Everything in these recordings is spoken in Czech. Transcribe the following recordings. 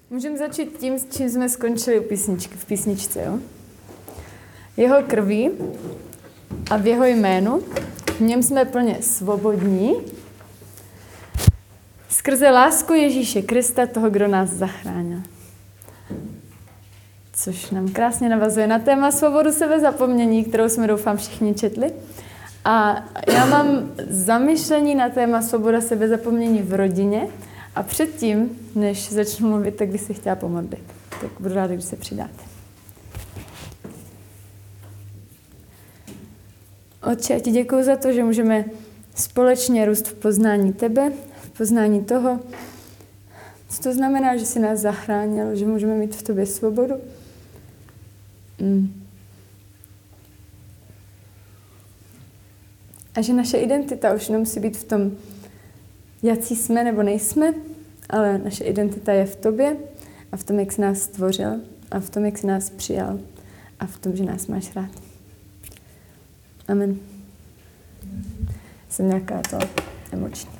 Můžeme začít tím, s čím jsme skončili v písničce. Jo? Jeho krví a v jeho jménu, v něm jsme plně svobodní, skrze lásku Ježíše Krista, toho, kdo nás zachránil. Což nám krásně navazuje na téma svobodu sebezapomnění, kterou jsme, doufám, všichni četli. A já mám zamyšlení na téma svoboda sebezapomnění v rodině a předtím, než začnu mluvit, tak bych se chtěla pomodlit. Tak budu ráda, když se přidáte. Otče, já ti děkuju za to, že můžeme společně růst v poznání tebe, v poznání toho, co to znamená, že jsi nás zachránil, že můžeme mít v tobě svobodu. A že naše identita už nemusí být v tom, jací jsme nebo nejsme, ale naše identita je v tobě a v tom, jak jsi nás stvořil a v tom, jak jsi nás přijal a v tom, že nás máš rád. Amen. Jsem nějaká to emoční.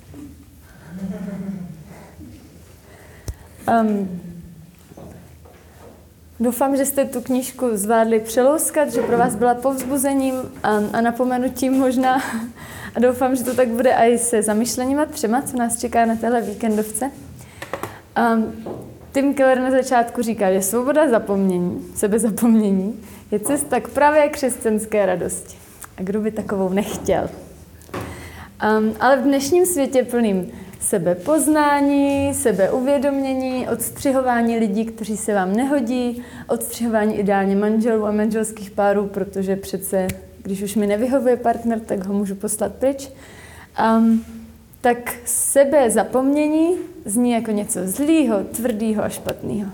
Doufám, že jste tu knížku zvládli přelouskat, že pro vás byla povzbuzením a napomenutím možná. A doufám, že to tak bude i se zamyšleníma třema, co nás čeká na téhle víkendovce. Tim Keller na začátku říká, že svoboda zapomnění, sebezapomnění, je cesta k pravé křesťanské radosti. A kdo by takovou nechtěl? Ale v dnešním světě plným sebepoznání, sebeuvědomění, odstřihování lidí, kteří se vám nehodí, odstřihování ideálně manželů a manželských párů, protože přece, když už mi nevyhovuje partner, tak ho můžu poslat pryč. Tak sebezapomnění zní jako něco zlýho, tvrdýho a špatného.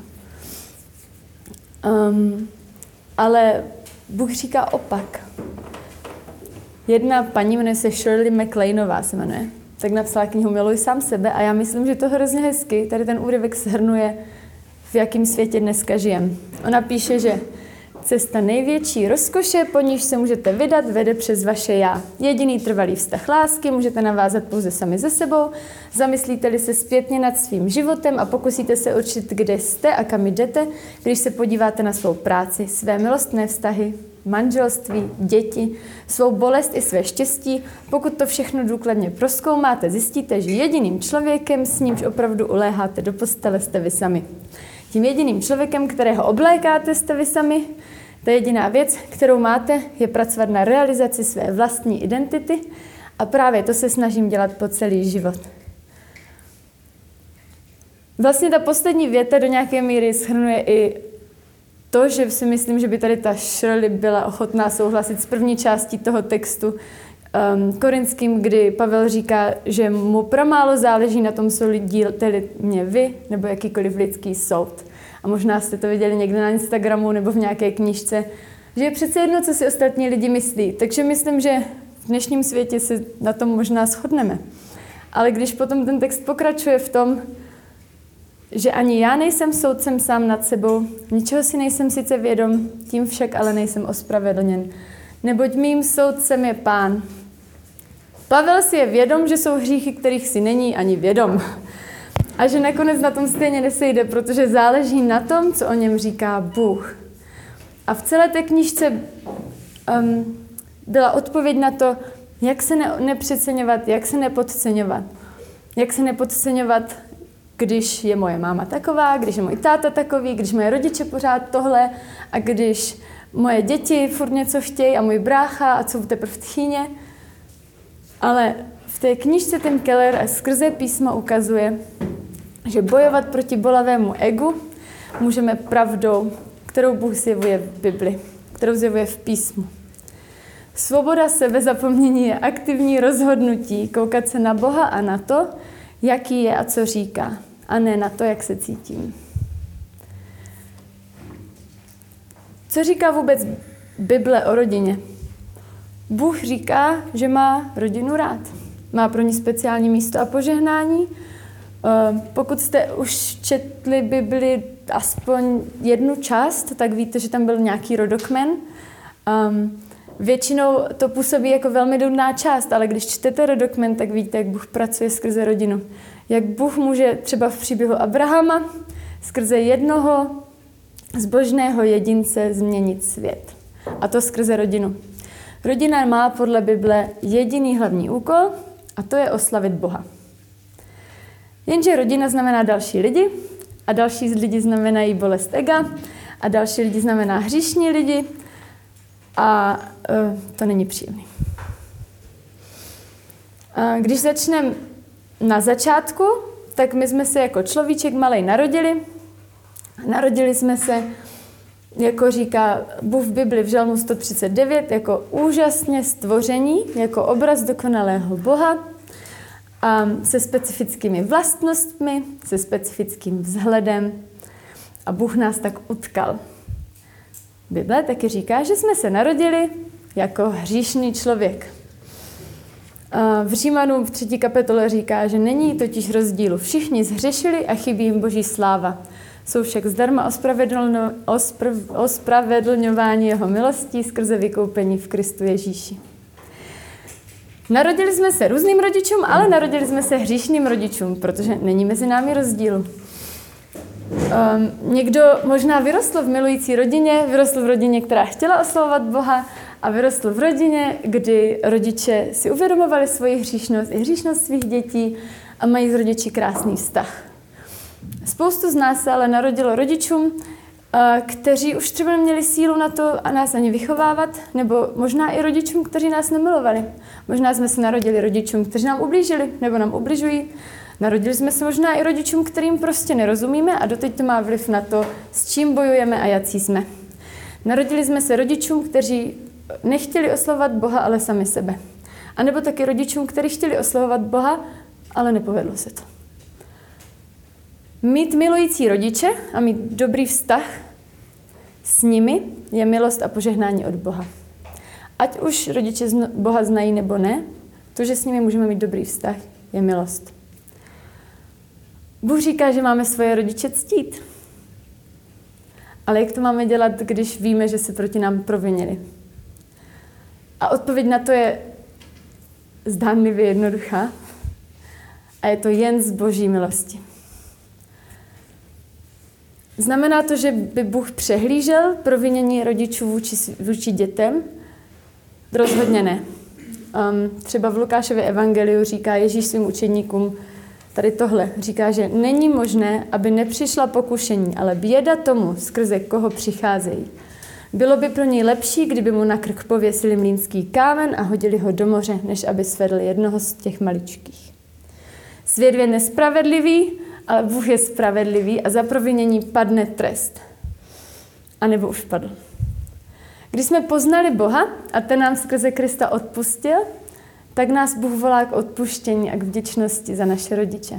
Ale Bůh říká opak. Jedna paní, jmenuje se Shirley MacLaineová, se jmenuje, tak napsala knihu Miluj sám sebe a já myslím, že to hrozně hezky, tady ten úryvek shrnuje, v jakém světě dneska žijem. Ona píše, že cesta největší rozkoše, po níž se můžete vydat, vede přes vaše já. Jediný trvalý vztah lásky můžete navázat pouze sami ze sebou, zamyslíte-li se zpětně nad svým životem a pokusíte se určit, kde jste a kam jdete, když se podíváte na svou práci, své milostné vztahy, manželství, děti, svou bolest i své štěstí. Pokud to všechno důkladně prozkoumáte, zjistíte, že jediným člověkem, s nímž opravdu uléháte do postele, jste vy sami. Tím jediným člověkem, kterého oblékáte, jste vy sami. Ta jediná věc, kterou máte, je pracovat na realizaci své vlastní identity a právě to se snažím dělat po celý život. Vlastně ta poslední věta do nějaké míry shrnuje i to, že si myslím, že by tady ta Shirley byla ochotná souhlasit s první částí toho textu korinským, kdy Pavel říká, že mu pramálo záleží na tom, co dílíte mě vy, nebo jakýkoliv lidský soud. A možná jste to viděli někde na Instagramu nebo v nějaké knížce, že je přece jedno, co si ostatní lidi myslí. Takže myslím, že v dnešním světě se na tom možná shodneme. Ale když potom ten text pokračuje v tom, že ani já nejsem soudcem sám nad sebou, ničeho si nejsem sice vědom, tím však ale nejsem ospravedlněn. Neboť mým soudcem je Pán. Pavel si je vědom, že jsou hříchy, kterých si není ani vědom. A že nakonec na tom stejně nesejde, protože záleží na tom, co o něm říká Bůh. A v celé té knížce byla odpověď na to, jak se nepřeceňovat, jak se nepodceňovat. Jak se nepodceňovat, když je moje máma taková, když je můj táta takový, když moje rodiče pořád tohle a když moje děti furt něco chtějí a můj brácha a co teprve v tchýně. Ale v té knížce Tim Keller skrze písmo ukazuje, že bojovat proti bolavému egu můžeme pravdou, kterou Bůh zjevuje v Bibli, kterou zjevuje v písmu. Svoboda sebezapomnění je aktivní rozhodnutí koukat se na Boha a na to, jaký je a co říká, a ne na to, jak se cítím. Co říká vůbec Bible o rodině? Bůh říká, že má rodinu rád. Má pro ní speciální místo a požehnání. Pokud jste už četli Bibli aspoň jednu část, tak víte, že tam byl nějaký rodokmen. Většinou to působí jako velmi nudná část, ale když čtete rodokmen, tak víte, jak Bůh pracuje skrze rodinu. Jak Bůh může třeba v příběhu Abrahama skrze jednoho zbožného jedince změnit svět. A to skrze rodinu. Rodina má podle Bible jediný hlavní úkol a to je oslavit Boha. Jenže rodina znamená další lidi a další lidi znamenají bolest ega a další lidi znamená hříšní lidi a to není příjemný. Když začneme na začátku, tak my jsme se jako človíček malej narodili. Narodili jsme se, jako říká Bůh v Bibli v Žalmu 139, jako úžasně stvoření, jako obraz dokonalého Boha a se specifickými vlastnostmi, se specifickým vzhledem. A Bůh nás tak utkal. Bible taky říká, že jsme se narodili jako hříšný člověk. V Římanům v 3. kapitole říká, že není totiž rozdílu. Všichni zhřešili a chybí jim Boží sláva. Jsou však zdarma ospravedlňování jeho milostí skrze vykoupení v Kristu Ježíši. Narodili jsme se různým rodičům, ale narodili jsme se hříšným rodičům, protože není mezi námi rozdílu. Někdo možná vyrostl v milující rodině, vyrostl v rodině, která chtěla oslavovat Boha a vyrostl v rodině, kdy rodiče si uvědomovali svoji hříšnost i hříšnost svých dětí a mají s rodiči krásný vztah. Spoustu z nás se ale narodilo rodičům, kteří už třeba neměli sílu na to a nás ani vychovávat, nebo možná i rodičům, kteří nás nemilovali. Možná jsme se narodili rodičům, kteří nám ublížili nebo nám ubližují. Narodili jsme se možná i rodičům, kterým prostě nerozumíme a doteď to má vliv na to, s čím bojujeme a jací jsme. Narodili jsme se rodičům, kteří nechtěli oslavovat Boha, ale sami sebe. A nebo taky rodičům, kteří chtěli oslavovat Boha, ale nepovedlo se to. Mít milující rodiče a mít dobrý vztah s nimi je milost a požehnání od Boha. Ať už rodiče Boha znají nebo ne, to, že s nimi můžeme mít dobrý vztah, je milost. Bůh říká, že máme svoje rodiče ctít. Ale jak to máme dělat, když víme, že se proti nám provinili? A odpověď na to je zdánlivě jednoduchá. A je to jen z Boží milosti. Znamená to, že by Bůh přehlížel provinění rodičů vůči dětem? Rozhodně ne. Třeba v Lukášově evangeliu říká Ježíš svým učedníkům tady tohle. Říká, že není možné, aby nepřišla pokušení, ale běda tomu, skrze koho přicházejí. Bylo by pro něj lepší, kdyby mu na krk pověsili mlýnský kámen a hodili ho do moře, než aby svedl jednoho z těch maličkých. Svět je nespravedlivý, ale Bůh je spravedlivý a za provinění padne trest. A nebo už padl. Když jsme poznali Boha a ten nám skrze Krista odpustil, tak nás Bůh volá k odpuštění a k vděčnosti za naše rodiče.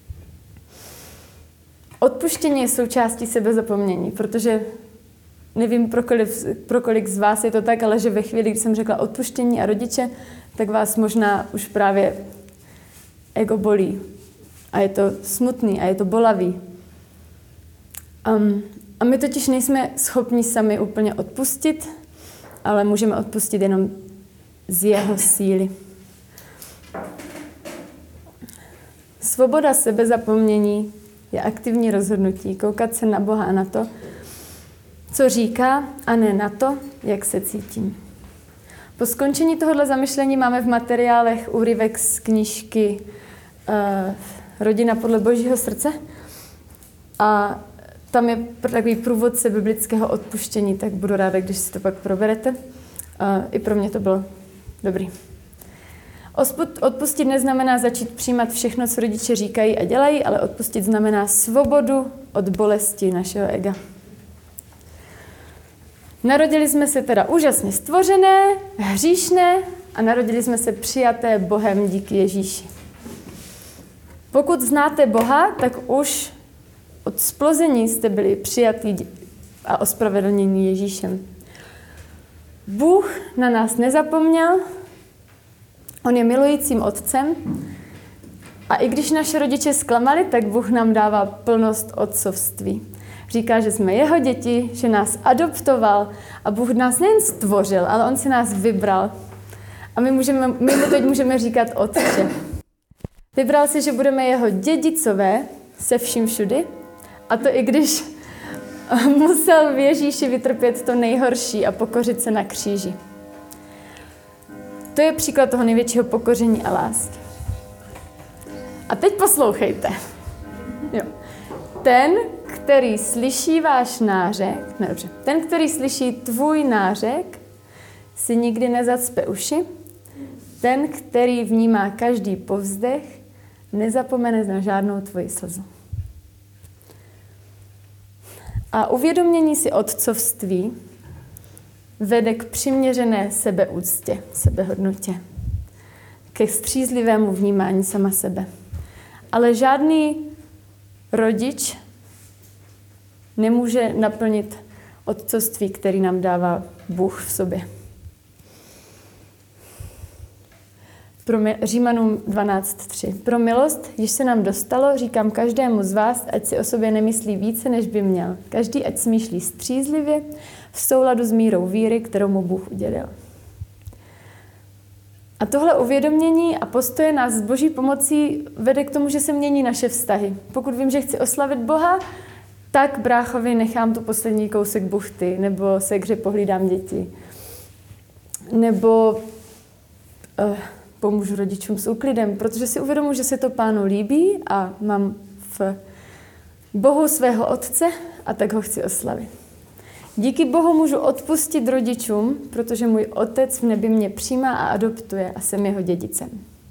Odpuštění je součástí sebezapomnění, protože nevím, pro kolik z vás je to tak, ale že ve chvíli, kdy jsem řekla odpuštění a rodiče, tak vás možná už právě ego bolí. A je to smutný a je to bolavý. A my totiž nejsme schopni sami úplně odpustit, ale můžeme odpustit jenom z jeho síly. Svoboda sebezapomnění je aktivní rozhodnutí, koukat se na Boha a na to, co říká, a ne na to, jak se cítím. Po skončení tohohle zamyšlení máme v materiálech úryvek z knížky Rodina podle Božího srdce. A tam je takový průvodce biblického odpuštění, tak budu ráda, když si to pak proberete. I pro mě to bylo dobrý. Odpustit neznamená začít přijímat všechno, co rodiče říkají a dělají, ale odpustit znamená svobodu od bolesti našeho ega. Narodili jsme se teda úžasně stvořené, hříšné a narodili jsme se přijaté Bohem díky Ježíši. Pokud znáte Boha, tak už od splození jste byli přijatí a ospravedlnění Ježíšem. Bůh na nás nezapomněl, on je milujícím otcem a i když naše rodiče zklamali, tak Bůh nám dává plnost otcovství. Říká, že jsme jeho děti, že nás adoptoval a Bůh nás nejen stvořil, ale on si nás vybral. A my mu teď můžeme říkat otče. Vybral si, že budeme jeho dědicové se vším všudy A to i když musel v Ježíši vytrpět to nejhorší a pokořit se na kříži. To je příklad toho největšího pokoření a lásky. A teď poslouchejte. Jo. Ten, který slyší váš nářek, ten, který slyší tvůj nářek, si nikdy nezacpe uši. Ten, který vnímá každý povzdech, nezapomene na žádnou tvoji slzu. A uvědomění si otcovství vede k přiměřené sebeúctě, sebehodnotě, ke střízlivému vnímání sama sebe. Ale žádný rodič nemůže naplnit otcovství, který nám dává Bůh v sobě. Římanům 12.3. Pro milost, již se nám dostalo, říkám každému z vás, ať si o sobě nemyslí více, než by měl. Každý, ať smýšlí střízlivě, v souladu s mírou víry, kterou mu Bůh udělil. A tohle uvědomění a postoje nás s Boží pomocí vede k tomu, že se mění naše vztahy. Pokud vím, že chci oslavit Boha, tak bráchovi nechám tu poslední kousek buchty, nebo se hře pohlídám děti, nebo pomůžu rodičům s úklidem, protože si uvědomuji, že se to Pánu líbí a mám v Bohu svého otce a tak ho chci oslavit. Díky Bohu můžu odpustit rodičům, protože můj otec v nebi mě přijímá a adoptuje a jsem jeho dědicem.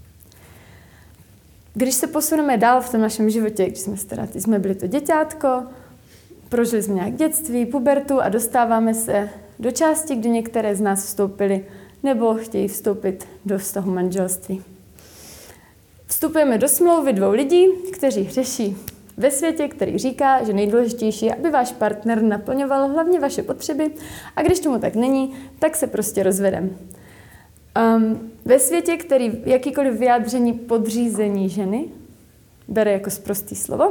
Když se posuneme dál v tom našem životě, když jsme byli to děťátko, prožili jsme nějak dětství, pubertu a dostáváme se do části, kdy některé z nás vstoupily nebo chtějí vstoupit do vztahu manželství. Vstupujeme do smlouvy dvou lidí, kteří hřeší ve světě, který říká, že nejdůležitější je, aby váš partner naplňoval hlavně vaše potřeby a když tomu tak není, tak se prostě rozvedeme. Ve světě, který jakýkoliv vyjádření podřízení ženy bere jako sprostý slovo,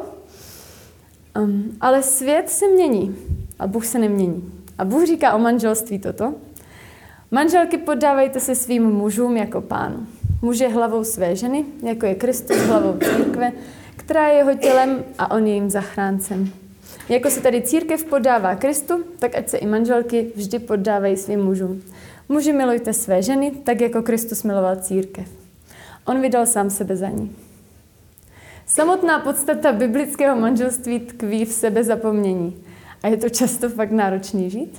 ale svět se mění a Bůh se nemění. A Bůh říká o manželství toto. Manželky, poddávejte se svým mužům jako Pánu. Muž je hlavou své ženy, jako je Kristus hlavou církve, která je jeho tělem a on je jejím zachráncem. Jako se tady církev poddává Kristu, tak ať se i manželky vždy poddávají svým mužům. Muži, milujte své ženy, tak jako Kristus miloval církev. On vydal sám sebe za ní. Samotná podstata biblického manželství tkví v sebezapomnění. A je to často fakt náročný žít.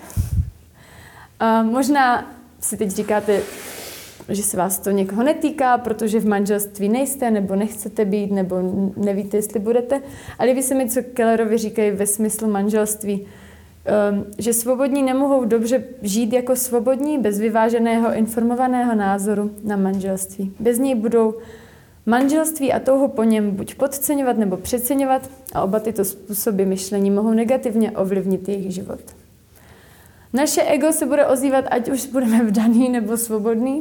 A možná si teď říkáte, že se vás to někoho netýká, protože v manželství nejste, nebo nechcete být, nebo nevíte, jestli budete. Ale líbí se mi, co Kellerovi říkají ve smyslu manželství, že svobodní nemohou dobře žít jako svobodní, bez vyváženého, informovaného názoru na manželství. Bez něj budou manželství a touhu po něm buď podceňovat nebo přeceňovat a oba tyto způsoby myšlení mohou negativně ovlivnit jejich život. Naše ego se bude ozývat, ať už budeme vdaný nebo svobodný.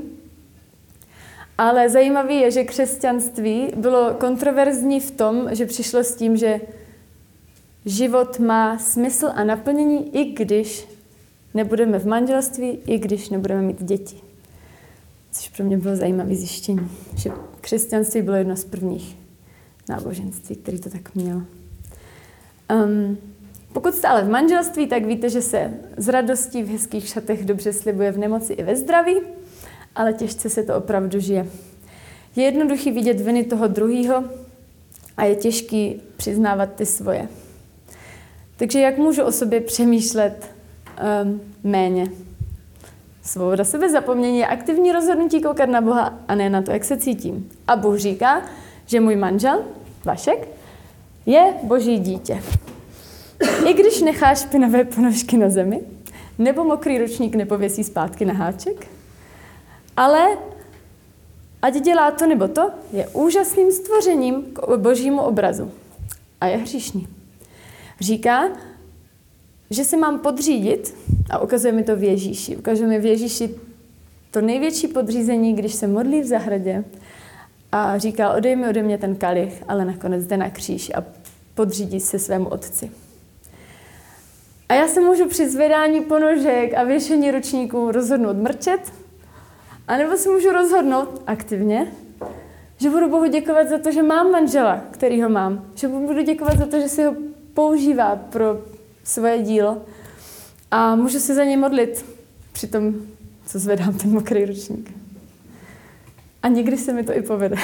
Ale zajímavé je, že křesťanství bylo kontroverzní v tom, že přišlo s tím, že život má smysl a naplnění, i když nebudeme v manželství, i když nebudeme mít děti. Což pro mě bylo zajímavé zjištění, že křesťanství bylo jedno z prvních náboženství, který to tak mělo. Pokud jste ale v manželství, tak víte, že se s radostí v hezkých šatech dobře slibuje v nemoci i ve zdraví, ale těžce se to opravdu žije. Je jednoduchý vidět viny toho druhého a je těžký přiznávat ty svoje. Takže jak můžu o sobě přemýšlet méně? Svoboda sebezapomnění je aktivní rozhodnutí koukat na Boha a ne na to, jak se cítím. A Bůh říká, že můj manžel, Vašek, je Boží dítě. I když necháš špinavé ponožky na zemi, nebo mokrý ručník nepověsí zpátky na háček, ale ať dělá to nebo to, je úžasným stvořením k Božímu obrazu. A je hříšný. Říká, že se mám podřídit, a ukazuje mi to v Ježíši. Ukazuje mi v Ježíši to největší podřízení, když se modlí v zahradě a říká, odej mi ode mě ten kalich, ale nakonec jde na kříž a podřídí se svému otci. A já se můžu při zvedání ponožek a věšení ručníků rozhodnout mrčet, anebo se můžu rozhodnout aktivně, že budu Bohu děkovat za to, že mám manžela, který ho mám. Že budu děkovat za to, že si ho používá pro svoje dílo a můžu se za něj modlit při tom, co zvedám ten mokrý ručník. A někdy se mi to i povede.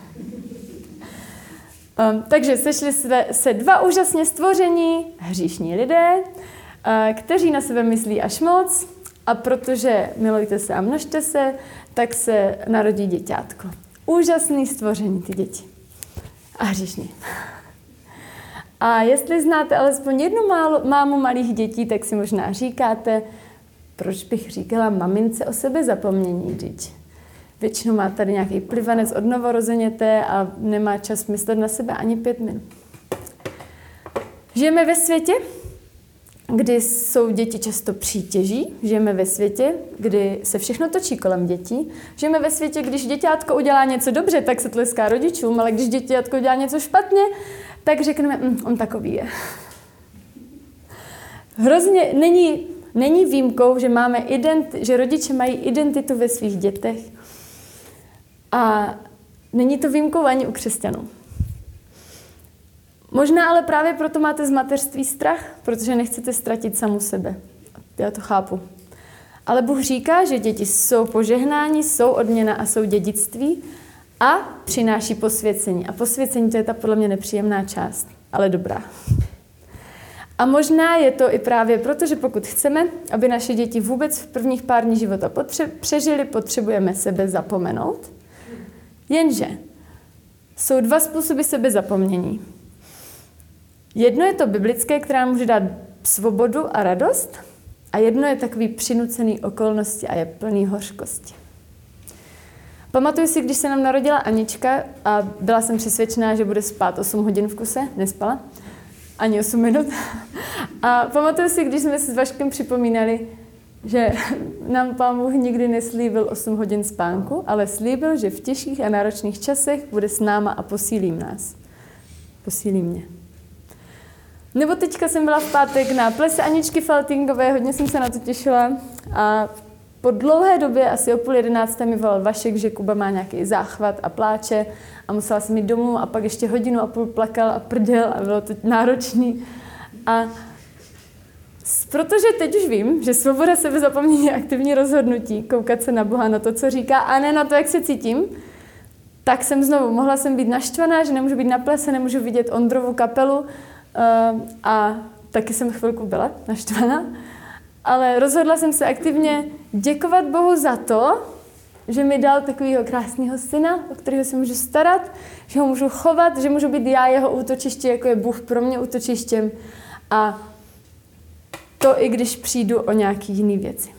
Takže sešli se dva úžasně stvoření, hříšní lidé, kteří na sebe myslí až moc a protože milujte se a množte se, tak se narodí děťátko. Úžasný stvoření ty děti. A hříšní. A jestli znáte alespoň jednu mámu malých dětí, tak si možná říkáte, proč bych říkala mamince o sebe zapomnění, vždyť. Většinou má tady nějaký plivanec od novorozeněte a nemá čas myslet na sebe ani 5 minut. Žijeme ve světě, kdy jsou děti často přítěží. Žijeme ve světě, kdy se všechno točí kolem dětí. Žijeme ve světě, když děťátko udělá něco dobře, tak se tleská rodičům, ale když děťátko udělá něco špatně, tak řekneme, on takový je. Hrozně není výjimkou, že že rodiče mají identitu ve svých dětech. A není to výjimkou ani u křesťanů. Možná ale právě proto máte z mateřství strach, protože nechcete ztratit samu sebe. Já to chápu. Ale Bůh říká, že děti jsou požehnání, jsou odměna a jsou dědictví a přináší posvěcení. A posvěcení to je ta podle mě nepříjemná část, ale dobrá. A možná je to i právě proto, že pokud chceme, aby naše děti vůbec v prvních pár dní života přežili, potřebujeme sebe zapomenout. Jenže jsou 2 způsoby sebezapomnění. Jedno je to biblické, která může dát svobodu a radost, a jedno je takový přinucený okolnosti a je plný hořkosti. Pamatuju si, když se nám narodila Anička a byla jsem přesvědčená, že bude spát 8 hodin v kuse, nespala, ani 8 minut. A pamatuju si, když jsme si s Vaškem připomínali, že nám Pán Bůh nikdy neslíbil 8 hodin spánku, ale slíbil, že v těžkých a náročných časech bude s náma a posílí nás. Posílí mě. Nebo teďka jsem byla v pátek na plese Aničky Faltingové, hodně jsem se na to těšila a po dlouhé době, asi o 10:30 mi volal Vašek, že Kuba má nějaký záchvat a pláče a musela jsem jít domů a pak ještě 1,5 hodiny plakal a prděl a bylo to náročný. A protože teď už vím, že svoboda sebezapomnění je aktivní rozhodnutí, koukat se na Boha, na to, co říká, a ne na to, jak se cítím, tak jsem znovu, mohla jsem být naštvaná, že nemůžu být na plese, nemůžu vidět Ondrovu kapelu a taky jsem chvilku byla naštvaná, ale rozhodla jsem se aktivně děkovat Bohu za to, že mi dal takového krásného syna, o kterého se můžu starat, že ho můžu chovat, že můžu být já jeho útočiště, jako je Bůh pro mě útočištěm a to i když přijdu o nějaký jiný věci.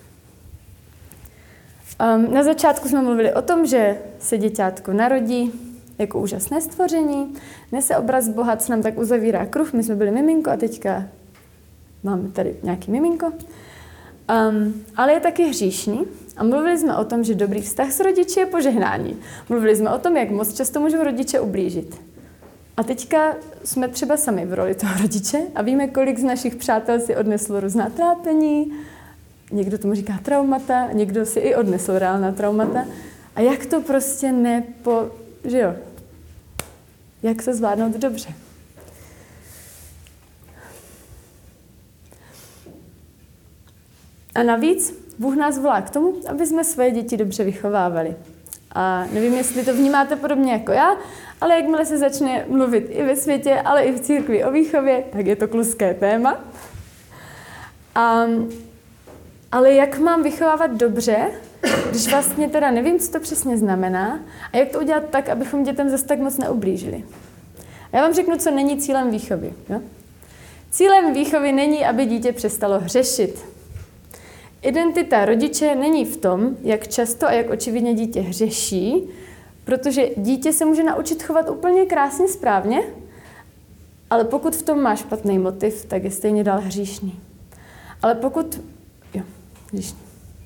Na začátku jsme mluvili o tom, že se děťátko narodí jako úžasné stvoření, nese obraz Boha, co nám tak uzavírá kruh. My jsme byli miminko a teďka máme tady nějaký miminko. Ale je taky hříšný a mluvili jsme o tom, že dobrý vztah s rodiči je požehnání. Mluvili jsme o tom, jak moc často můžou rodiče ublížit. A teďka jsme třeba sami v roli toho rodiče a víme, kolik z našich přátel si odneslo různá trápení, někdo tomu říká traumata, někdo si i odnesl reálná traumata. A jak to prostě že jo? Jak se zvládnout dobře? A navíc Bůh nás volá k tomu, aby jsme svoje děti dobře vychovávali. A nevím, jestli to vnímáte podobně jako já, ale jakmile se začne mluvit i ve světě, ale i v církvi o výchově, tak je to kluské téma. Ale jak mám vychovávat dobře, když vlastně teda nevím, co to přesně znamená a jak to udělat tak, abychom dětem zase tak moc neublížili. A já vám řeknu, co není cílem výchovy. Jo? Cílem výchovy není, aby dítě přestalo hřešit. Identita rodiče není v tom, jak často a jak očividně dítě hřeší, protože dítě se může naučit chovat úplně krásně správně, ale pokud v tom má špatný motiv, tak je stejně dál hříšný. Ale hříšný.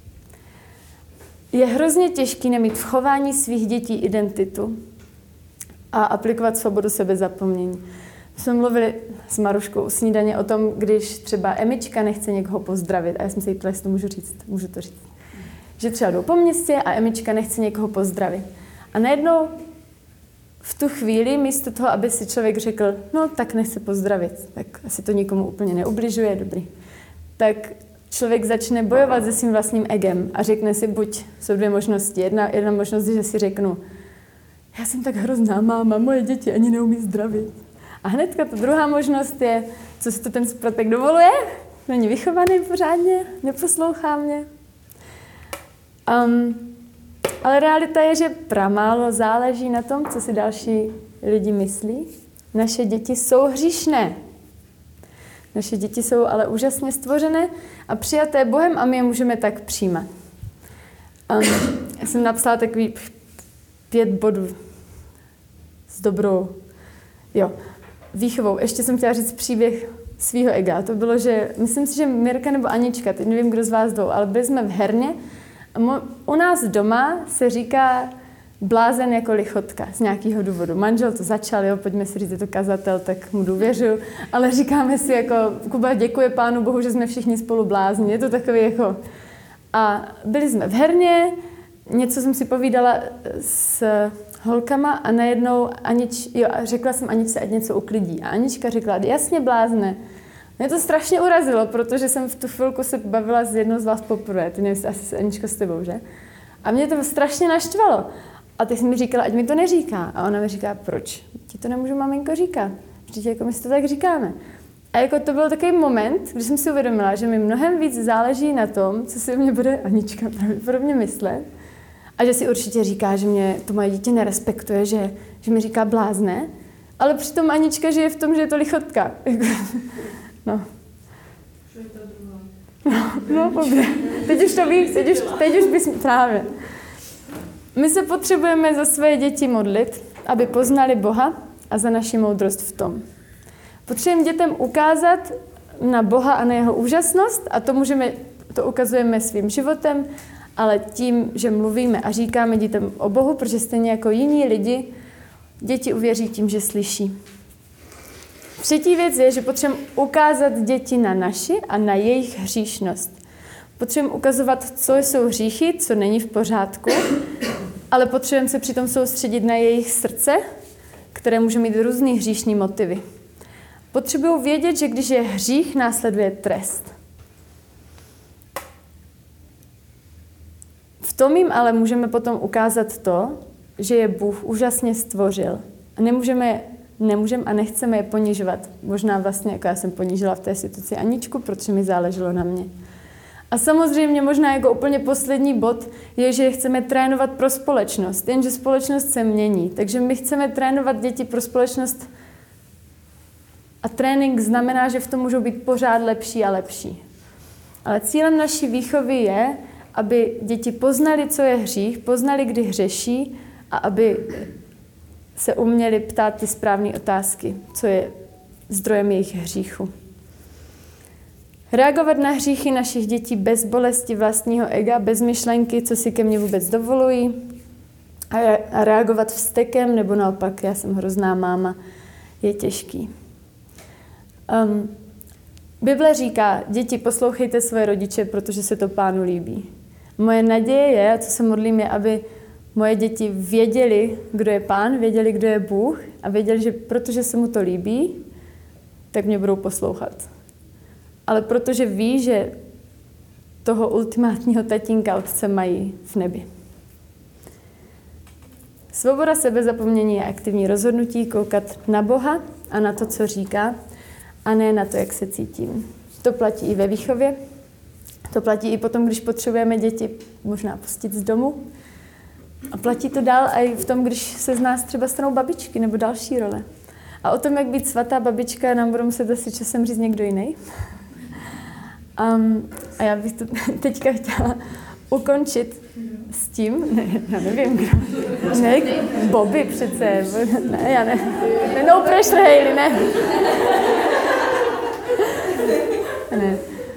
Je hrozně těžký nemít v chování svých dětí identitu a aplikovat svobodu sebezapomnění. Jsme mluvili s Maruškou u snídaně o tom, když třeba Emička nechce někoho pozdravit. A já jsem se jí ptala, jestli to můžu to říct. Že třeba jdou po městě a Emička nechce někoho pozdravit. A najednou v tu chvíli, místo toho, aby si člověk řekl, no tak nechce pozdravit, tak asi to nikomu úplně neubližuje, dobrý. Tak člověk začne bojovat se svým vlastním egem a řekne si, buď jsou dvě možnosti. Jedna možnost je, že si řeknu, já jsem tak hrozná máma, moje děti ani neumí zdravit. A hnedka ta druhá možnost je, co si to ten sprotek dovoluje, není vychovaný pořádně, neposlouchá mě. Ale realita je, že pramálo záleží na tom, co si další lidi myslí. Naše děti jsou hříšné. Naše děti jsou ale úžasně stvořené a přijaté Bohem a my je můžeme tak přijímat. Já jsem napsala takový 5 bodů s dobrou výchovou. Ještě jsem chtěla říct příběh svýho ega. To bylo, že myslím si, že Mirka nebo Anička, teď nevím, kdo z vás jdou, ale byli jsme v herně a u nás doma se říká blázen jako lichotka z nějakého důvodu. Manžel to začal, pojďme si říct, je to kazatel, tak mu důvěřuju, ale říkáme si jako, Kuba děkuje Pánu Bohu, že jsme všichni spolu blázni. Je to takový jako... A byli jsme v herně, něco jsem si povídala s holkama a najednou řekla jsem Aničce, ať něco uklidí. A Anička řekla, jasně blázne. Mě to strašně urazilo, protože jsem v tu chvilku se bavila s jednou z vás poprvé. Ty nevím, asi Anička s tebou, že? A mě to strašně naštvalo. A ty jsi mi říkala, ať mi to neříká. A ona mi říká, proč? Ti to nemůžu, maminko, říkat. Vždyť jako my si to tak říkáme. A jako to byl takový moment, kdy jsem si uvědomila, že mi mnohem víc záleží na tom, co si o mě bude Anička pravděpodobně myslet. A že si určitě říká, že mě to moje dítě nerespektuje, že mi říká blázne. Ale přitom Anička žije v tom, že je to lichotka. No. No, dobře. Teď už to víš, teď už bys právě. My se potřebujeme za své děti modlit, aby poznali Boha a za naši moudrost v tom. Potřebujeme dětem ukázat na Boha a na jeho úžasnost a to ukazujeme svým životem, ale tím, že mluvíme a říkáme dětem o Bohu, protože stejně jako jiní lidi, děti uvěří tím, že slyší. Třetí věc je, že potřebujeme ukázat děti na naši a na jejich hříšnost. Potřebujeme ukazovat, co jsou hříchy, co není v pořádku, ale potřebujeme se přitom soustředit na jejich srdce, které může mít různý hříšní motivy. Potřebují vědět, že když je hřích, následuje trest. V tom jim ale můžeme potom ukázat to, že je Bůh úžasně stvořil. A nemůžeme a nechceme je ponižovat. Možná vlastně, jako já jsem ponížila v té situaci Aničku, protože mi záleželo na mě. A samozřejmě možná jako úplně poslední bod je, že chceme trénovat pro společnost. Jenže společnost se mění. Takže my chceme trénovat děti pro společnost a trénink znamená, že v tom můžou být pořád lepší a lepší. Ale cílem naší výchovy je, aby děti poznali, co je hřích, poznali, kdy hřeší a aby se uměli ptát ty správné otázky, co je zdrojem jejich hříchu. Reagovat na hříchy našich dětí bez bolesti vlastního ega, bez myšlenky, co si ke mně vůbec dovolují, a reagovat vztekem, nebo naopak, já jsem hrozná máma, je těžký. Bible říká, děti, poslouchejte své rodiče, protože se to Pánu líbí. Moje naděje je, a co se modlím, je, aby moje děti věděli, kdo je Pán, věděli, kdo je Bůh a věděli, že protože se mu to líbí, tak mě budou poslouchat. Ale protože ví, že toho ultimátního tatínka otce mají v nebi. Svoboda sebezapomnění je aktivní rozhodnutí koukat na Boha a na to, co říká, a ne na to, jak se cítím. To platí i ve výchově. To platí i potom, když potřebujeme děti možná pustit z domu. A platí to dál i v tom, když se z nás třeba stanou babičky nebo další role. A o tom, jak být svatá babička, nám budou muset asi časem říct někdo jiný. A já bych to teďka chtěla ukončit s tím, ne, já nevím, kdo. Ne, Bobby přece, ne, já ne. No pressure, Hayley, ne. Ne.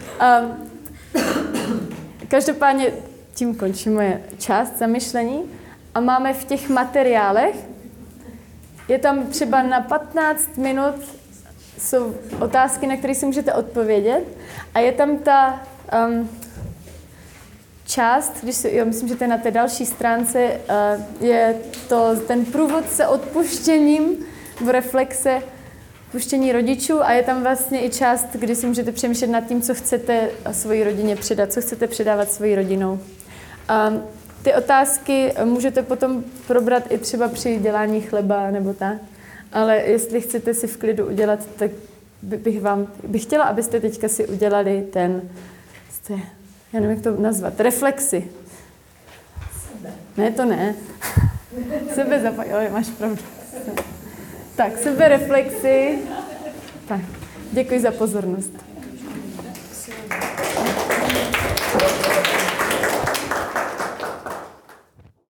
Každopádně tím končí moje část zamyšlení a máme v těch materiálech, je tam třeba na 15 minut jsou otázky, na které si můžete odpovědět a je tam ta část, myslím, že to je na té další stránce, je to ten průvodce odpuštěním, v reflexe puštění rodičů a je tam vlastně i část, kdy si můžete přemýšlet nad tím, co chcete svojí rodině předat, co chcete předávat svojí rodinou. Ty otázky můžete potom probrat i třeba při dělání chleba nebo tak, ale jestli chcete si v klidu udělat, tak bych chtěla, abyste teďka si udělali já nevím, jak to nazvat, reflexy. Ne, to ne. Jo, máš pravdu. Tak, sebereflexy. Tak, děkuji za pozornost.